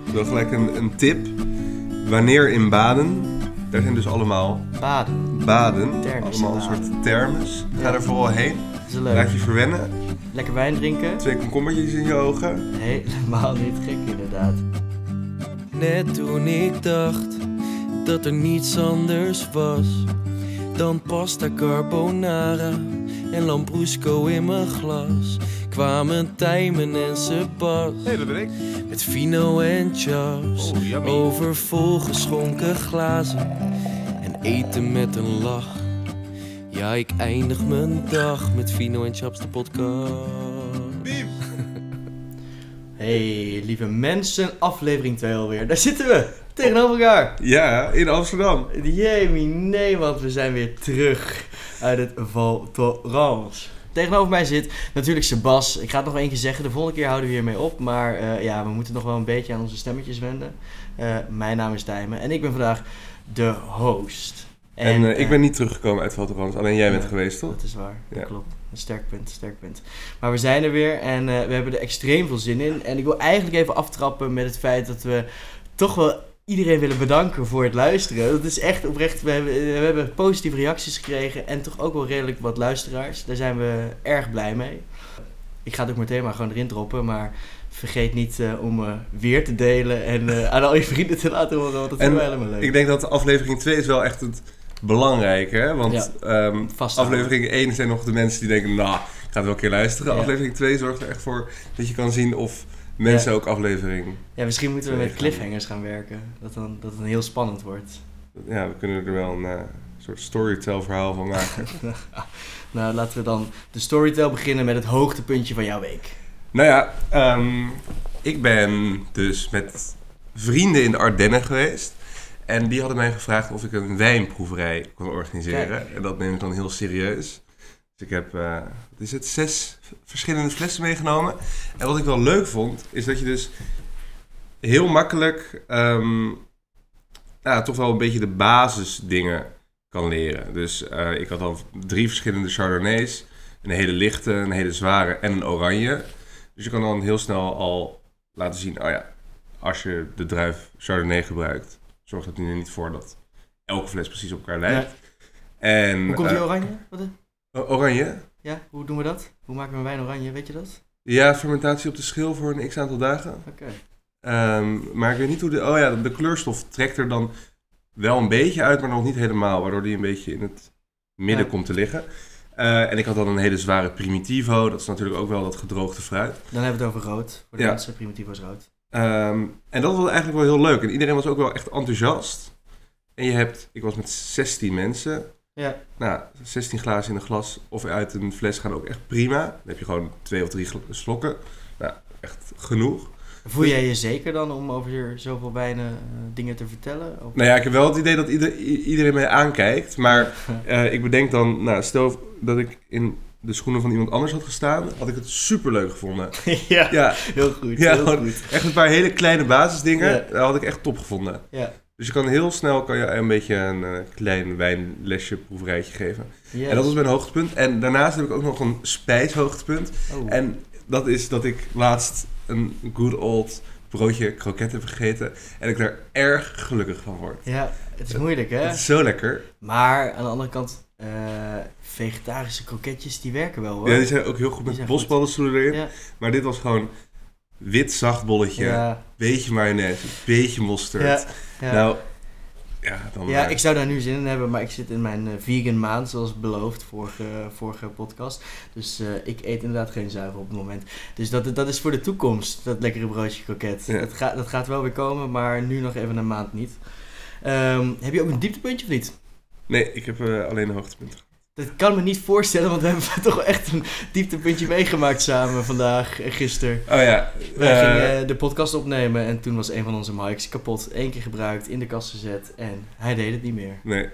Wel gelijk een tip. Wanneer in Baden, daar zijn dus allemaal baden, Thermische allemaal een baden. soort thermes. Ga er vooral heen. Dat is leuk. Laat je verwennen. Lekker wijn drinken. 2 komkommertjes in je ogen. Helemaal niet gek inderdaad. Net toen ik dacht dat er niets anders was dan pasta carbonara en lambrusco in mijn glas, kwamen Tijmen en Sebas Hé, dat ben ik. met vino en chaps Oh, yummy. over volgeschonken glazen en eten met een lach. Ja, ik eindig mijn dag met vino en chaps, de podcast. Hey, lieve mensen, aflevering 2 alweer. Daar zitten we, tegenover elkaar. Ja, in Amsterdam. Jemie, nee, want we zijn weer terug uit het Val Thorens. Tegenover mij zit natuurlijk Sebas. Ik ga het nog één keer zeggen, de volgende keer houden we hiermee op. Maar ja, we moeten nog wel een beetje aan onze stemmetjes wenden. Mijn naam is Tijmen en ik ben vandaag de host. En ik ben niet teruggekomen uit Valterans, alleen jij bent geweest, toch? Dat is waar, dat Ja. klopt. Een sterk punt. Maar we zijn er weer en we hebben er extreem veel zin in. En ik wil eigenlijk even aftrappen met het feit dat we toch wel iedereen willen bedanken voor het luisteren. Dat is echt oprecht. We hebben positieve reacties gekregen en toch ook wel redelijk wat luisteraars. Daar zijn we erg blij mee. Ik ga het ook meteen maar gewoon erin droppen, maar vergeet niet om weer te delen en aan al je vrienden te laten horen, want dat vinden we helemaal leuk. Ik denk dat aflevering 2 is wel echt het belangrijke, hè? Want Vasthouden. aflevering 1 zijn nog de mensen die denken, nou, ik ga het wel een keer luisteren. Ja. Aflevering 2 zorgt er echt voor dat je kan zien of mensen ook aflevering... Ja, misschien moeten we met cliffhangers gaan werken. Dat het dan heel spannend wordt. Ja, we kunnen er wel een soort storytell verhaal van maken. Nou, laten we dan de storytell beginnen met het hoogtepuntje van jouw week. Nou ja, ik ben dus met vrienden in de Ardennen geweest. En die hadden mij gevraagd of ik een wijnproeverij kon organiseren. Kijk. En dat neem ik dan heel serieus. Dus ik heb, 6 verschillende flessen meegenomen. En wat ik wel leuk vond, is dat je dus heel makkelijk toch wel een beetje de basisdingen kan leren. Dus ik had dan 3 verschillende Chardonnays. Een hele lichte, een hele zware en een oranje. Dus je kan dan heel snel al laten zien, oh ja, als je de druif Chardonnay gebruikt, zorgt het er niet voor dat elke fles precies op elkaar lijkt. En, Hoe komt die oranje? Wat, oranje? ja, hoe doen we dat? Hoe maken we een wijn oranje? Weet je dat? Ja, fermentatie op de schil voor een x-aantal dagen. Oké. Maar ik weet niet hoe de kleurstof trekt er dan wel een beetje uit, maar nog niet helemaal. Waardoor die een beetje in het midden komt te liggen. En ik had dan een hele zware Primitivo. Dat is natuurlijk ook wel dat gedroogde fruit. Dan hebben we het over rood. Voor de Ja. mensen, Primitivo is rood. En dat was eigenlijk wel heel leuk. En iedereen was ook wel echt enthousiast. En ik was met 16 mensen. Ja. Nou, 16 glazen in een glas of uit een fles gaan ook echt prima. Dan heb je gewoon 2 of 3 slokken. Nou, echt genoeg. Voel jij je zeker dan om over zoveel wijnen dingen te vertellen? Of? Nou ja, ik heb wel het idee dat iedereen mij aankijkt. Maar ik bedenk dan, nou, stel dat ik in de schoenen van iemand anders had gestaan, had ik het superleuk gevonden. Ja, Ja, heel goed. ja, heel gewoon goed. echt een paar hele kleine basisdingen. Ja. Dat had ik echt top gevonden. Ja. Dus je kan heel snel een beetje een klein wijnlesje, proeverijtje geven. Yes. En dat was mijn hoogtepunt. En daarnaast heb ik ook nog een spijshoogtepunt. Oh. En dat is dat ik laatst een good old broodje kroket heb gegeten. En ik daar erg gelukkig van word. Ja, het is moeilijk hè? Het is zo lekker. Maar aan de andere kant, vegetarische kroketjes die werken wel hoor. Ja, die zijn ook heel goed Die met zijn bospaddenstoelen erin. Ja. Maar dit was gewoon wit zacht bolletje. Ja. Beetje mayonaise, beetje mosterd. Ja. Ja. Nou, ja, dan... Ja, ik zou daar nu zin in hebben, maar ik zit in mijn vegan maand, zoals beloofd, vorige podcast. Dus ik eet inderdaad geen zuivel op het moment. Dus dat is voor de toekomst, dat lekkere broodje kroket. Ja. Dat gaat wel weer komen, maar nu nog even een maand niet. Heb je ook een dieptepuntje of niet? Nee, ik heb alleen een hoogtepunt. Dat kan me niet voorstellen, want we hebben toch wel echt een dieptepuntje meegemaakt samen vandaag en gisteren. Oh ja. Wij gingen de podcast opnemen en toen was een van onze mics kapot. 1 keer gebruikt, in de kast gezet en hij deed het niet meer. Nee.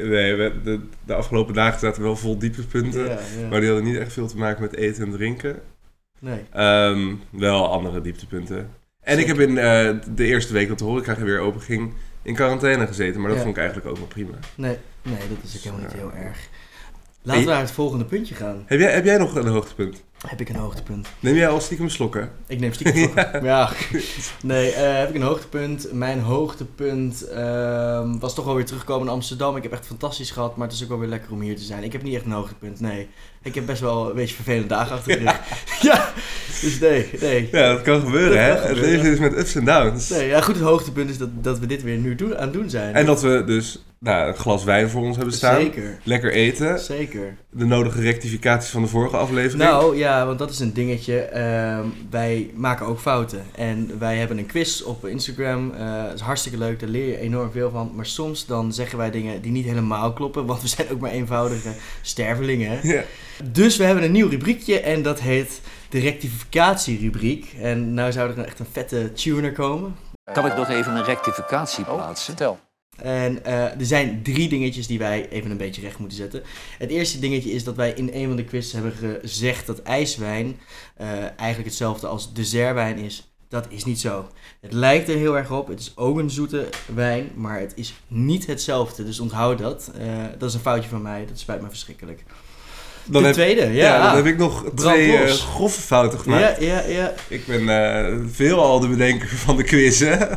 De afgelopen dagen zaten wel vol dieptepunten. Ja. Maar die hadden niet echt veel te maken met eten en drinken. Nee. Wel andere dieptepunten. En Zeker. ik heb in de eerste week dat de horeca weer open ging in quarantaine gezeten. Maar dat Ja. vond ik eigenlijk ook wel prima. Nee, dat is ook helemaal niet heel erg. Laten we naar het volgende puntje gaan. Heb jij nog een hoogtepunt? Heb ik een hoogtepunt? Neem jij al stiekem slokken? Ik neem stiekem vlokken. Ja. Nee, heb ik een hoogtepunt. Mijn hoogtepunt was toch wel weer terugkomen in Amsterdam. Ik heb echt fantastisch gehad, maar het is ook wel weer lekker om hier te zijn. Ik heb niet echt een hoogtepunt, nee. Ik heb best wel een beetje vervelende dagen achter de rug. Ja, dus nee. Ja, dat kan gebeuren, hè? Het leven is met ups en downs. Nee, ja, goed, het hoogtepunt is dat we dit weer nu aan het doen zijn. En dat we dus een glas wijn voor ons hebben staan. Zeker. Lekker eten. Zeker. De nodige rectificaties van de vorige aflevering. Nou ja, want dat is een dingetje. Wij maken ook fouten. En wij hebben een quiz op Instagram. Dat is hartstikke leuk, daar leer je enorm veel van. Maar soms dan zeggen wij dingen die niet helemaal kloppen. Want we zijn ook maar eenvoudige stervelingen. Hè? Ja. Dus we hebben een nieuw rubriekje en dat heet de rectificatierubriek. En nou zou er echt een vette tuner komen. Kan ik nog even een rectificatie plaatsen? Vertel. En er zijn 3 dingetjes die wij even een beetje recht moeten zetten. Het eerste dingetje is dat wij in een van de quizzes hebben gezegd dat ijswijn eigenlijk hetzelfde als dessertwijn is. Dat is niet zo. Het lijkt er heel erg op. Het is ook een zoete wijn, maar het is niet hetzelfde. Dus onthoud dat. Dat is een foutje van mij. Dat spijt me verschrikkelijk. Tweede, ja. Dan heb ik nog 2 grove fouten gemaakt. Ja. Ik ben veelal de bedenker van de quiz, hè?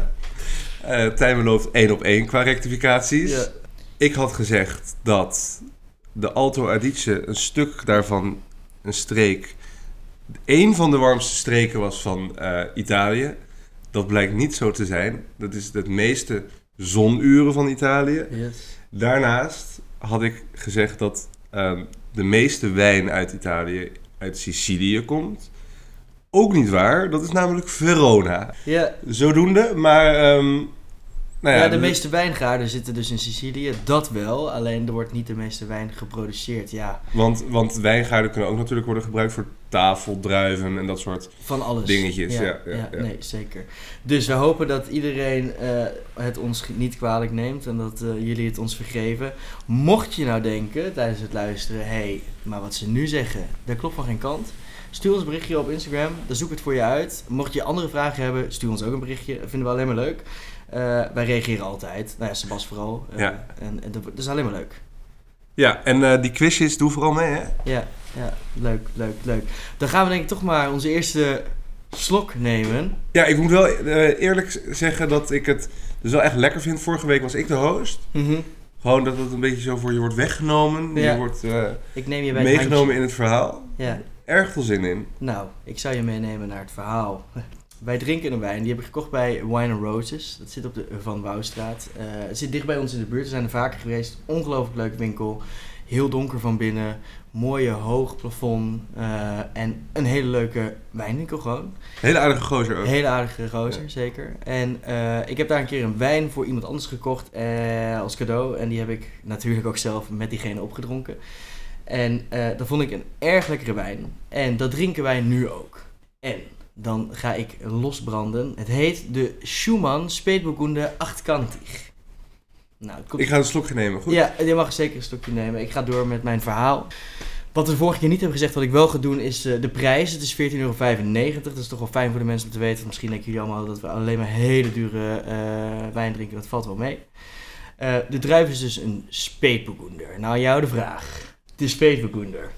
Tijn belooft 1-op-1 qua rectificaties. Ja. Ik had gezegd dat de Alto Adige, een stuk daarvan, een streek, één van de warmste streken was van Italië. Dat blijkt niet zo te zijn. Dat is het meeste zonuren van Italië. Yes. Daarnaast had ik gezegd dat de meeste wijn uit Italië uit Sicilië komt. Ook niet waar, dat is namelijk Verona. Ja. Zodoende, maar... de meeste wijngaarden zitten dus in Sicilië, dat wel. Alleen er wordt niet de meeste wijn geproduceerd, ja. Want wijngaarden kunnen ook natuurlijk worden gebruikt voor tafeldruiven en dat soort van alles. Dingetjes. Ja. Nee, zeker. Dus we hopen dat iedereen het ons niet kwalijk neemt en dat jullie het ons vergeven. Mocht je nou denken tijdens het luisteren, maar wat ze nu zeggen, dat klopt van geen kant. Stuur ons een berichtje op Instagram, dan zoek ik het voor je uit. Mocht je andere vragen hebben, stuur ons ook een berichtje, dat vinden we alleen maar leuk. Wij reageren altijd. Nou ja, Sebas vooral. En dat is alleen maar leuk. Ja, en die quizjes, doe vooral mee, hè? Ja, leuk. Dan gaan we denk ik toch maar onze eerste slok nemen. Ja, ik moet wel eerlijk zeggen dat ik het dus wel echt lekker vind. Vorige week was ik de host. Mm-hmm. Gewoon dat het een beetje zo voor je wordt weggenomen. Ja. Je wordt ik neem je bij meegenomen in het verhaal. Ja. Erg veel zin in. Nou, ik zou je meenemen naar het verhaal. Wij drinken een wijn, die heb ik gekocht bij Wine & Roses. Dat zit op de Van Wouwstraat. Het zit dicht bij ons in de buurt, we zijn er vaker geweest. Ongelooflijk leuke winkel, heel donker van binnen, mooie hoog plafond en een hele leuke wijnwinkel gewoon. Hele aardige gozer ook. Hele aardige gozer, zeker. En ik heb daar een keer een wijn voor iemand anders gekocht als cadeau. En die heb ik natuurlijk ook zelf met diegene opgedronken. En dat vond ik een erg lekkere wijn. En dat drinken wij nu ook. En dan ga ik losbranden. Het heet de Schumann Spätburgunder Achtkantig. Nou, ik ga een slokje nemen, goed? Ja, je mag zeker een slokje nemen. Ik ga door met mijn verhaal. Wat we de vorige keer niet hebben gezegd, wat ik wel ga doen, is de prijs. Het is €14,95. Dat is toch wel fijn voor de mensen om te weten. Misschien denken jullie allemaal dat we alleen maar hele dure wijn drinken. Dat valt wel mee. De druif is dus een Spätburgunder. Nou, jou de vraag. De Spätburgunder.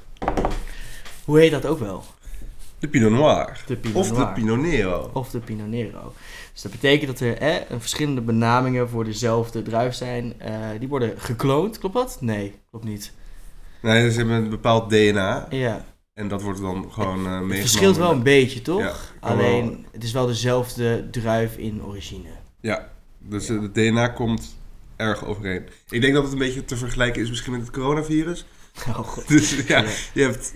Hoe heet dat ook wel? De Pinot Noir. De Pinot of Noir. de Pinot Nero. Of de Pinot Nero. Dus dat betekent dat er verschillende benamingen voor dezelfde druif zijn. Die worden gekloond, klopt dat? Nee, klopt niet. Nee, ze hebben een bepaald DNA. Ja. En dat wordt dan gewoon meegenomen. Het verschilt wel een beetje, toch? Ja, alleen, wel. het is wel dezelfde druif in origine. Ja, dus het DNA komt erg overeen. Ik denk dat het een beetje te vergelijken is misschien met het coronavirus. Oh god. Dus ja, je hebt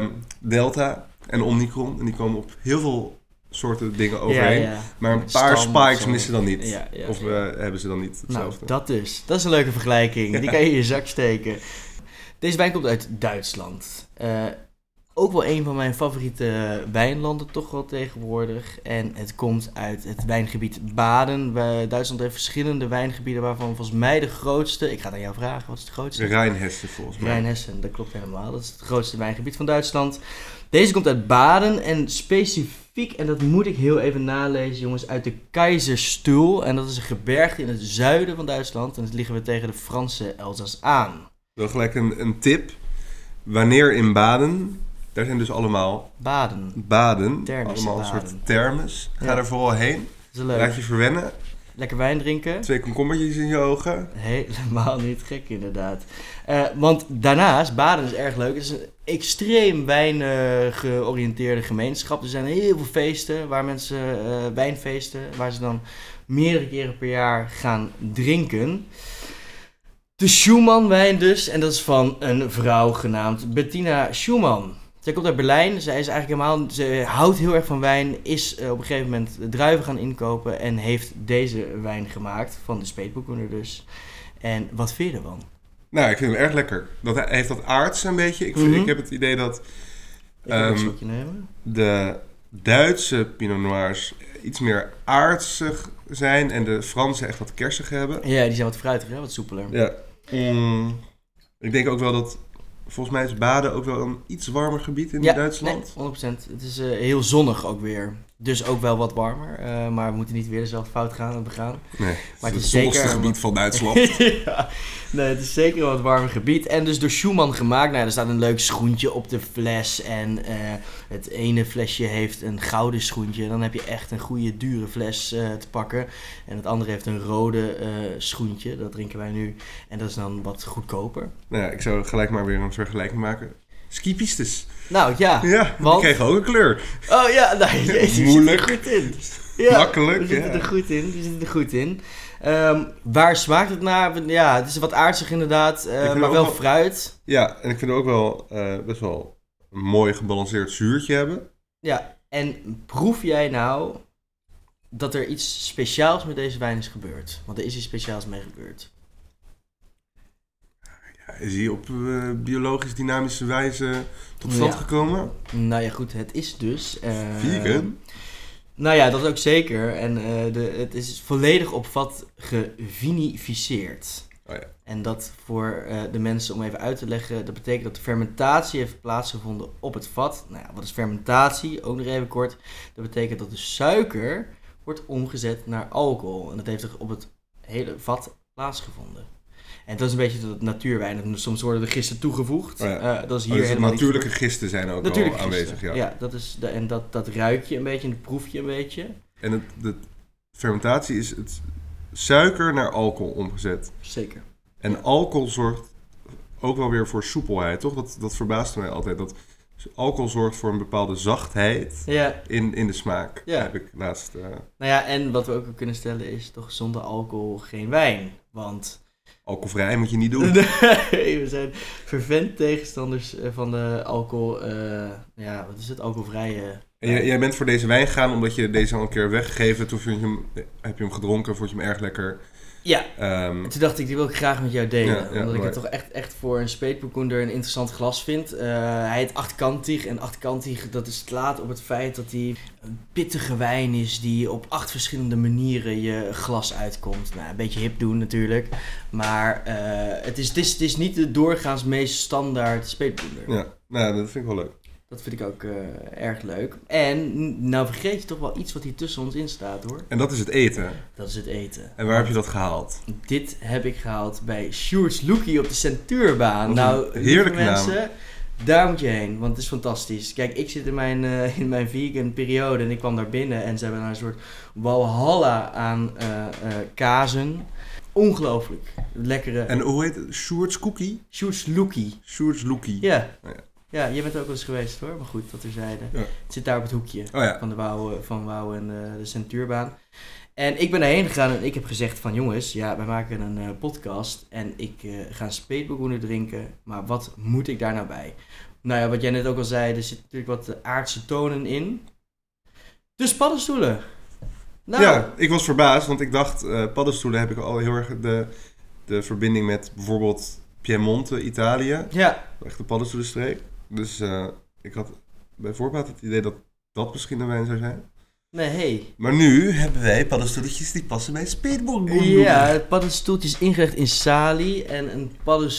Delta en Omicron. En die komen op heel veel soorten dingen overheen. Ja. Maar een paar Stam, spikes zo. missen dan niet. Ja, of hebben ze dan niet Nou, hetzelfde. dat dus. Dat is een leuke vergelijking. Die kan je in je zak steken. Deze wijn komt uit Duitsland. Ook wel een van mijn favoriete wijnlanden toch wel tegenwoordig. En het komt uit het wijngebied Baden. Duitsland heeft verschillende wijngebieden waarvan volgens mij de grootste... Ik ga het aan jou vragen, wat is het grootste? Rijnhessen volgens mij. Rijnhessen, dat klopt helemaal. Dat is het grootste wijngebied van Duitsland. Deze komt uit Baden en specifiek, en dat moet ik heel even nalezen jongens, uit de Kaiserstuhl. En dat is een gebergte in het zuiden van Duitsland. En dat liggen we tegen de Franse Elzas aan. Wel gelijk een tip. Wanneer in Baden? Daar zijn dus allemaal baden. Thermische allemaal een baden. soort thermes. Ga Ja. er vooral heen. Dat is leuk. Laat je verwennen. Lekker wijn drinken. 2 komkommertjes in je ogen. Helemaal niet gek inderdaad. Want daarnaast, Baden is erg leuk. Het is een extreem wijngeoriënteerde gemeenschap. Er zijn heel veel feesten waar mensen, wijnfeesten, waar ze dan meerdere keren per jaar gaan drinken. De Schumann-wijn dus, en dat is van een vrouw genaamd Bettina Schumann. Zij komt uit Berlijn, ze houdt heel erg van wijn, is op een gegeven moment de druiven gaan inkopen en heeft deze wijn gemaakt, van de Speetboekener dus. En wat vind je ervan? Nou, ik vind hem erg lekker. Hij heeft dat aards een beetje. Ik heb het idee dat Ik ga een slokje nemen. de Duitse Pinot Noirs iets meer aardsig zijn en de Franse echt wat kersig hebben. Ja, die zijn wat fruitiger, wat soepeler. Ja. Ik denk ook wel dat, volgens mij is Baden ook wel een iets warmer gebied in Duitsland. Nee, 100%. Het is heel zonnig ook weer. Dus ook wel wat warmer. Maar we moeten niet weer dezelfde fout gaan begaan. Nee, Maar het zonnigste gebied van Duitsland. Ja, nee, het is zeker een wat warmer gebied. En dus door Schumann gemaakt. Nou, er staat een leuk schoentje op de fles. En het ene flesje heeft een gouden schoentje. Dan heb je echt een goede, dure fles te pakken. En het andere heeft een rode schoentje. Dat drinken wij nu. En dat is dan wat goedkoper. Nou ja, ik zou gelijk maar weer een vergelijking maken. Skipistes. Nou ja, Ja, want... die kregen ook een kleur. Oh ja, nou, je Moeilijk. zit er goed in. Ja, Makkelijk, we zitten ja. er goed in. We zitten er goed in. Waar smaakt het naar? Ja, het is wat aardsig inderdaad, vind maar ook wel wel- fruit. Ja, en ik vind het ook wel best wel een mooi gebalanceerd zuurtje hebben. Ja, en proef jij nou dat er iets speciaals met deze wijn is gebeurd? Want er is iets speciaals mee gebeurd. Ja, is hij op biologisch dynamische wijze tot stand Ja. gekomen? Nou ja, goed, het is dus... Vegan? Nou ja, dat ook zeker. En het is volledig op vat gevinificeerd. Oh ja. En dat voor de mensen, om even uit te leggen, dat betekent dat de fermentatie heeft plaatsgevonden op het vat. Nou ja, wat is fermentatie? Ook nog even kort. Dat betekent dat de suiker wordt omgezet naar alcohol. En dat heeft er op het hele vat plaatsgevonden. En dat is een beetje de natuurwijn. Soms worden er gisten toegevoegd. Oh ja. Dat is hier Dus helemaal natuurlijke niet gisten zijn ook natuurlijke al aanwezig. gisten. Ja. Dat is en dat ruik je een beetje en dat proef je een beetje. En de fermentatie is het suiker naar alcohol omgezet. Zeker. En alcohol zorgt ook wel weer voor soepelheid, toch? Dat verbaasde mij altijd. Dat alcohol zorgt voor een bepaalde zachtheid Ja. in de smaak. Ja. Heb ik laatst... Nou ja, en wat we ook kunnen stellen is toch zonder alcohol geen wijn. Want alcoholvrij moet je niet doen. nee, we zijn vervent tegenstanders van de alcohol. Wat is het? Alcoholvrije. En jij bent voor deze wijn gegaan omdat je deze al een keer weggegeven. Toen heb je hem gedronken, vond je hem erg lekker. Ja. Ehm, Toen dacht ik, die wil ik graag met jou delen. Ja, omdat ik mooi. het toch echt voor een Speetboekener een interessant glas vind. Hij heet Achtkantig. En Achtkantig, dat slaat op het feit dat hij een pittige wijn is die op 8 verschillende manieren je glas uitkomt. Nou, een beetje hip doen natuurlijk. Maar het is niet de doorgaans meest standaard Speetboekener. ja, nou, dat vind ik wel leuk. Dat vind ik ook erg leuk. En nou vergeet je toch wel iets wat hier tussen ons in staat hoor. En dat is het eten. Dat is het eten. En waar heb je dat gehaald? Dit heb ik gehaald bij Sjoerds Loekie op de Centuurbaan. Wat een Nou, heerlijke lieve naam. mensen, daar moet je heen, want het is fantastisch. Kijk, ik zit in mijn vegan periode en ik kwam daar binnen en ze hebben daar een soort walhalla aan kazen. Ongelooflijk. Lekkere En hoe heet het? Sjoerds Cookie? Sjoerds Loekie. Sjoerds Lookie. Ja. Oh ja. Ja, jij bent ook wel eens geweest hoor, maar goed, dat terzijde. Ja. Het zit daar op het hoekje. Oh ja. Van Wouw en de Centuurbaan. En ik ben erheen gegaan en ik heb gezegd van jongens, ja, wij maken een podcast en ik ga een Speetboekener drinken, maar wat moet ik daar nou bij? Nou ja, wat jij net ook al zei, er zit natuurlijk wat aardse tonen in. Dus paddenstoelen. Nou, Ja, ik was verbaasd, want ik dacht, paddenstoelen heb ik al heel erg de verbinding met bijvoorbeeld Piemonte, Italië. ja, Echt de paddenstoelenstreek. Dus ik had bij voorbaat het idee dat dat misschien een wijn zou zijn. nee, hey. Maar nu hebben wij paddenstoeltjes die passen bij Speetboekener. Ja, paddenstoeltjes ingelegd in salie en een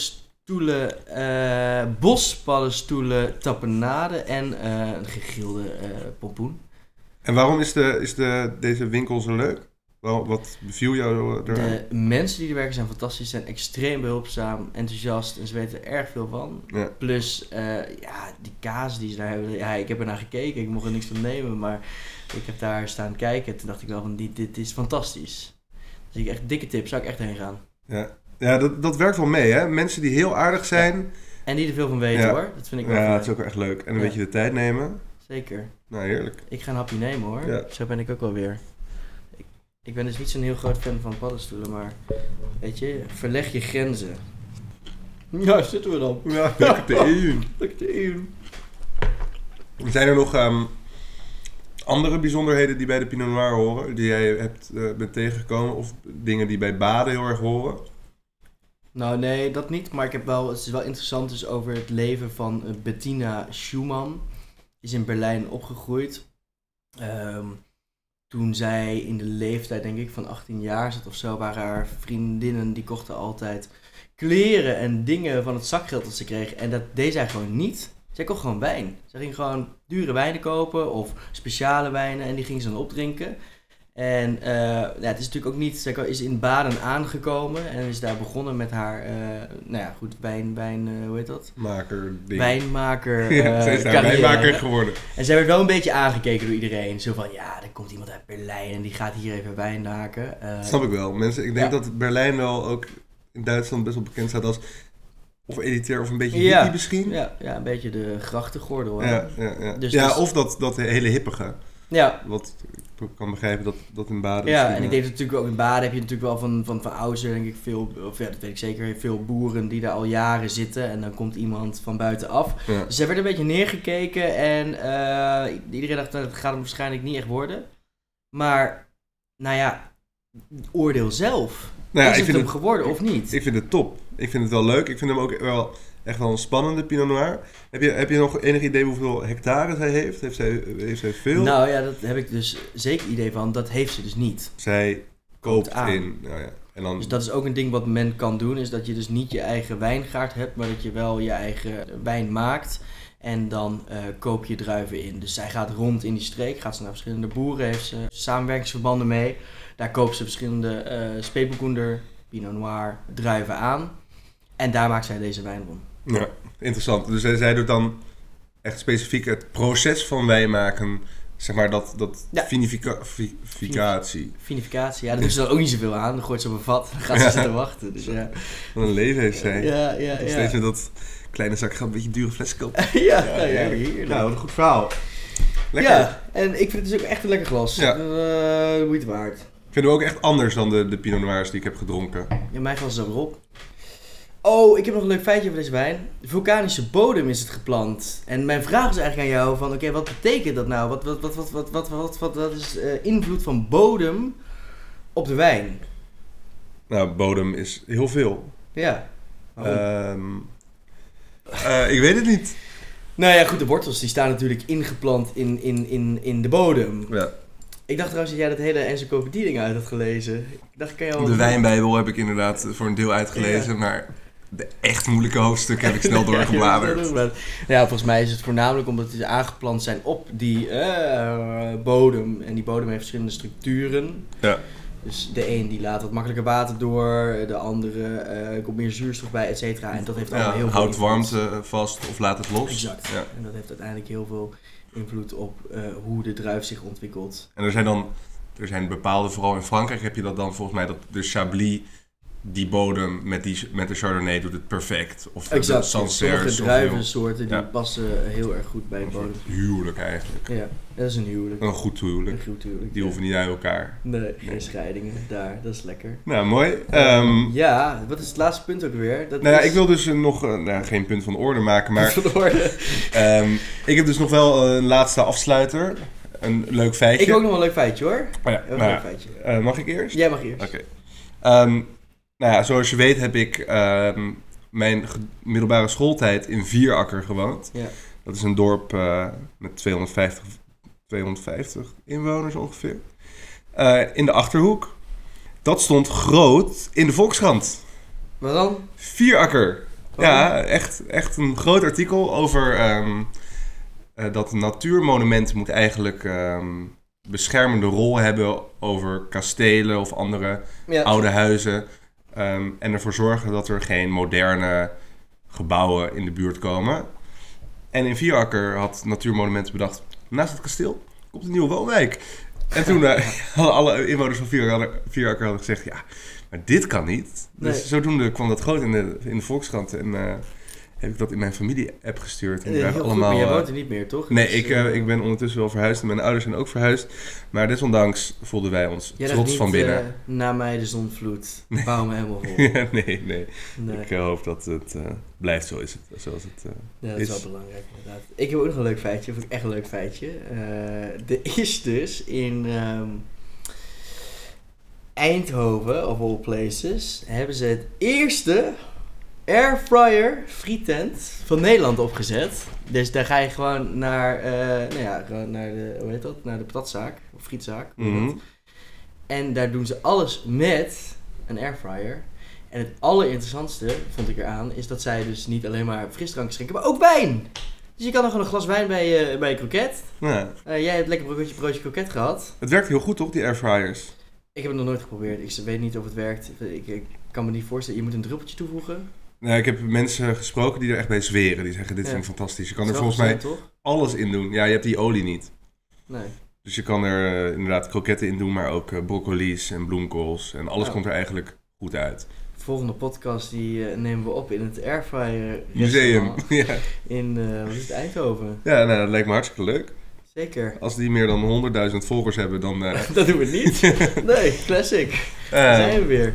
bospaddenstoelen tapenade en een gegrilde pompoen. En waarom is deze winkel zo leuk? Wat beviel jou eraan? De mensen die er werken zijn fantastisch, zijn extreem behulpzaam, enthousiast en ze weten er erg veel van. Ja. Plus, die kaas die ze daar hebben, ja, ik heb er naar gekeken, ik mocht er niks van nemen, maar ik heb daar staan kijken en toen dacht ik wel van, dit is fantastisch. Dus echt dikke tip, zou ik echt heen gaan. Ja, dat werkt wel mee, hè? Mensen die heel aardig zijn. En die er veel van weten, hoor. Dat vind ik wel Ja, fijn. dat is ook wel echt leuk. En een beetje de tijd nemen. Zeker. Nou, heerlijk. Ik ga een hapje nemen, hoor. Ja. Zo ben ik ook wel weer. Ik ben dus niet zo'n heel groot fan van paddenstoelen, maar weet je, verleg je grenzen. Ja, zitten we dan. Ja, lekker te eten. Lekker te eten. Zijn er nog andere bijzonderheden die bij de Pinot Noir horen? Die jij bent tegengekomen? Of dingen die bij baden heel erg horen? Nou, nee, dat niet. Maar het is wel interessant dus over het leven van Bettina Schumann. Die is in Berlijn opgegroeid. Toen zij in de leeftijd, denk ik, van 18 jaar zat of zo, waren haar vriendinnen, die kochten altijd kleren en dingen van het zakgeld dat ze kreeg. En dat deed zij gewoon niet. Zij kocht gewoon wijn. Zij ging gewoon dure wijnen kopen of speciale wijnen en die ging ze dan opdrinken. En het is natuurlijk ook niet... Zij is in Baden aangekomen en is daar begonnen met haar, hoe heet dat? Ding. Wijnmaker Ze is daar carrière. wijnmaker geworden. En zij werd wel een beetje aangekeken door iedereen. Zo van, ja, er komt iemand uit Berlijn en die gaat hier even wijn maken. Dat snap ik wel. Mensen, ik denk dat Berlijn wel ook in Duitsland best wel bekend staat als... Of elitair of een beetje hippie misschien. Ja, een beetje de grachtengordel. Ja. Dus of dat hele hippige. Ja. Wat ik kan begrijpen dat in Baden... Ja, en ik denk natuurlijk ook in Baden heb je natuurlijk wel van oudsher, denk ik, veel... Of ja, dat weet ik zeker, veel boeren die daar al jaren zitten. En dan komt iemand van buitenaf. Ja. Dus zij werd een beetje neergekeken en iedereen dacht, dat gaat hem waarschijnlijk niet echt worden. Maar, oordeel zelf. Is het hem geworden of niet? Ik vind het top. Ik vind het wel leuk. Ik vind hem ook wel echt wel een spannende Pinot Noir. Heb je nog enig idee hoeveel hectare zij heeft? Heeft zij veel? Nou ja, dat heb ik dus zeker idee van. Dat heeft ze dus niet. Zij koopt aan. in. Nou ja. En dan... Dus dat is ook een ding wat men kan doen. Is dat je dus niet je eigen wijngaard hebt, maar dat je wel je eigen wijn maakt. En dan koop je druiven in. Dus zij gaat rond in die streek. Gaat ze naar verschillende boeren. Heeft ze samenwerkingsverbanden mee. Daar koopt ze verschillende Spätburgunder, Pinot Noir druiven aan. En daar maakt zij deze wijn van. Ja, interessant. Dus zij doet dan echt specifiek het proces van wijn maken. Zeg maar dat vinificatie. Vinificatie, ja, daar doet ze dan ook niet zoveel aan. Dan gooit ze op een vat. Dan gaat ze zitten wachten. Dus ja. Wat een leven heeft zij. Ja. Steeds met dat kleine zak gaat een beetje dure fles kopen. Heerlijk. Nou, wat een goed verhaal. Lekker. Ja, en ik vind het dus ook echt een lekker glas. Ja. De moeite waard. Vinden we ook echt anders dan de Pinot Noirs die ik heb gedronken. Ja, mijn glas is ook erop. Oh, ik heb nog een leuk feitje over deze wijn. De vulkanische bodem is het geplant. En mijn vraag is eigenlijk aan jou van, oké, wat betekent dat nou? Wat is invloed van bodem op de wijn? Nou, bodem is heel veel. Ja. Ik weet het niet. Nou ja, goed, de wortels die staan natuurlijk ingeplant in de bodem. Ja. Ik dacht trouwens dat jij dat hele encyclopedie-ding uit had gelezen. Ik dacht, kan je al... De wijnbijbel heb ik inderdaad voor een deel uitgelezen, maar de echt moeilijke hoofdstukken heb ik snel doorgebladerd. Ja, volgens mij is het voornamelijk omdat die aangeplant zijn op die bodem. En die bodem heeft verschillende structuren. Ja. Dus de een die laat wat makkelijker water door, de andere komt meer zuurstof bij, et cetera. En dat heeft allemaal heel veel houdt invloed. warmte vast of laat het los. Exact. Ja. En dat heeft uiteindelijk heel veel invloed op hoe de druif zich ontwikkelt. En er zijn bepaalde, vooral in Frankrijk heb je dat dan volgens mij, dat de Chablis, die bodem met de Chardonnay doet het perfect. Of de Sancerre. Sommige druivensoorten die passen heel erg goed bij bodem. Huwelijk eigenlijk. Ja, dat is een huwelijk. Een goed huwelijk. Die hoeven niet uit elkaar. Nee, geen scheidingen. Daar, dat is lekker. Nou, mooi. Ja, wat is het laatste punt ook weer? Ik wil dus nog geen punt van orde maken, maar... Van orde. Ik heb dus nog wel een laatste afsluiter. Een leuk feitje. Ik heb ook nog wel een leuk feitje, hoor. Leuk feitje. Mag ik eerst? Jij mag eerst. Oké. Zoals je weet heb ik mijn middelbare schooltijd in Vierakker gewoond. Ja. Dat is een dorp met 250 inwoners ongeveer. In de Achterhoek. Dat stond groot in de Volkskrant. Wat dan? Vierakker. Ja, echt een groot artikel over dat natuurmonument moet eigenlijk beschermende rol hebben over kastelen of andere oude huizen. En ervoor zorgen dat er geen moderne gebouwen in de buurt komen. En in Vierakker had Natuurmonumenten bedacht, naast het kasteel komt een nieuwe woonwijk. En toen hadden alle inwoners van Vierakker hadden gezegd, ja, maar dit kan niet. Nee. Dus zodoende kwam dat groot in de Volkskrant en heb ik dat in mijn familie-app gestuurd. En die waren heel allemaal, goed, maar jij woont er niet meer, toch? Nee, Dus, ik ben ondertussen wel verhuisd en mijn ouders zijn ook verhuisd. Maar desondanks voelden wij ons jij trots dacht van niet, binnen. na mij de zonvloed, bouw me helemaal vol. Ja, nee. Nee. Ik hoop dat het blijft zoals het Ja, dat is. is wel belangrijk inderdaad. Ik heb ook nog een leuk feitje, vond ik echt een leuk feitje. Er is dus in Eindhoven, of all places, hebben ze het eerste airfryer frietent van Nederland opgezet. Dus daar ga je gewoon naar, naar de, hoe heet dat? Naar de patatzaak, of frietzaak. hoe heet dat? Mhm. En daar doen ze alles met een airfryer. En het allerinteressantste, vond ik eraan, is dat zij dus niet alleen maar frisdrank schenken, maar ook wijn. Dus je kan dan gewoon een glas wijn bij je kroket. Ja. Jij hebt lekker broodje kroket gehad. Het werkt heel goed, toch, die airfryers? Ik heb het nog nooit geprobeerd. Ik weet niet of het werkt. Ik kan me niet voorstellen. Je moet een druppeltje toevoegen. Nou, ik heb mensen gesproken die er echt bij zweren. Die zeggen, dit Ja. vind ik fantastisch. Je kan Dat er is volgens wel mij gezond, toch? alles in doen. Ja, je hebt die olie niet. Nee. Dus je kan er inderdaad kroketten in doen, maar ook broccoli's en bloemkools. En alles Ja. komt er eigenlijk goed uit. De volgende podcast die nemen we op in het Airfryer Museum. restaurant Ja, in wat is het, Eindhoven. ja nou, dat lijkt me hartstikke leuk. Zeker. Als die meer dan 100.000 volgers hebben, dan... Dat doen we niet. Nee, classic. Daar zijn we weer.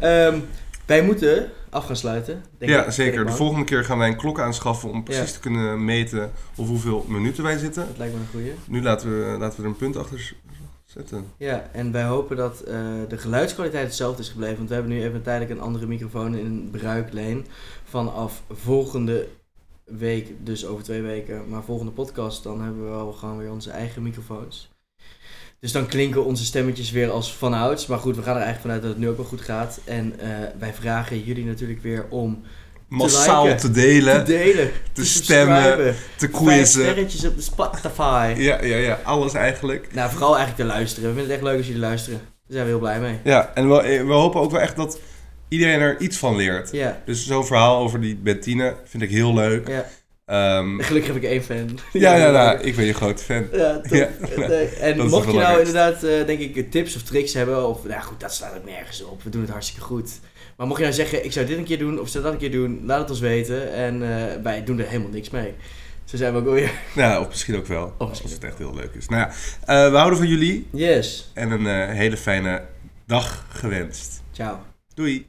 Wij moeten af gaan sluiten. Denk ja, ik. zeker. Ben ik De bang. volgende keer gaan wij een klok aanschaffen om precies Ja. te kunnen meten op hoeveel minuten wij zitten. Dat lijkt me een goeie. Nu laten we er een punt achter zetten. Ja, en wij hopen dat de geluidskwaliteit hetzelfde is gebleven. Want we hebben nu even tijdelijk een andere microfoon in bruikleen. Vanaf volgende week, dus over 2 weken. Maar volgende podcast, dan hebben we wel gewoon weer onze eigen microfoons. Dus dan klinken onze stemmetjes weer als vanouds. Maar goed, we gaan er eigenlijk vanuit dat het nu ook wel goed gaat. En wij vragen jullie natuurlijk weer om Massaal liken, te delen, te delen, te subscriben, stemmen, te 5 quizzen. sterretjes op de Spotify. Ja, alles eigenlijk. Nou, vooral eigenlijk te luisteren. We vinden het echt leuk als jullie luisteren. Daar zijn we heel blij mee. Ja, en we hopen ook wel echt dat iedereen er iets van leert. Ja, Dus zo'n verhaal over die Bettine vind ik heel leuk. ja. Ehm, Gelukkig heb ik 1 fan. nou, ik ben je grote fan. Ja, top. Ja, Nee. En dat is mocht het je nou belangrijkste. inderdaad, denk ik, tips of tricks hebben, of nou goed, dat staat ook nergens op. We doen het hartstikke goed. Maar mocht je nou zeggen, ik zou dit een keer doen, of ik zou dat een keer doen, laat het ons weten. En wij doen er helemaal niks mee. Zo zijn we ook alweer. Nou, of misschien ook wel, Of als misschien het echt heel leuk is. Nou ja, we houden van jullie Yes. en een hele fijne dag gewenst. Ciao. Doei!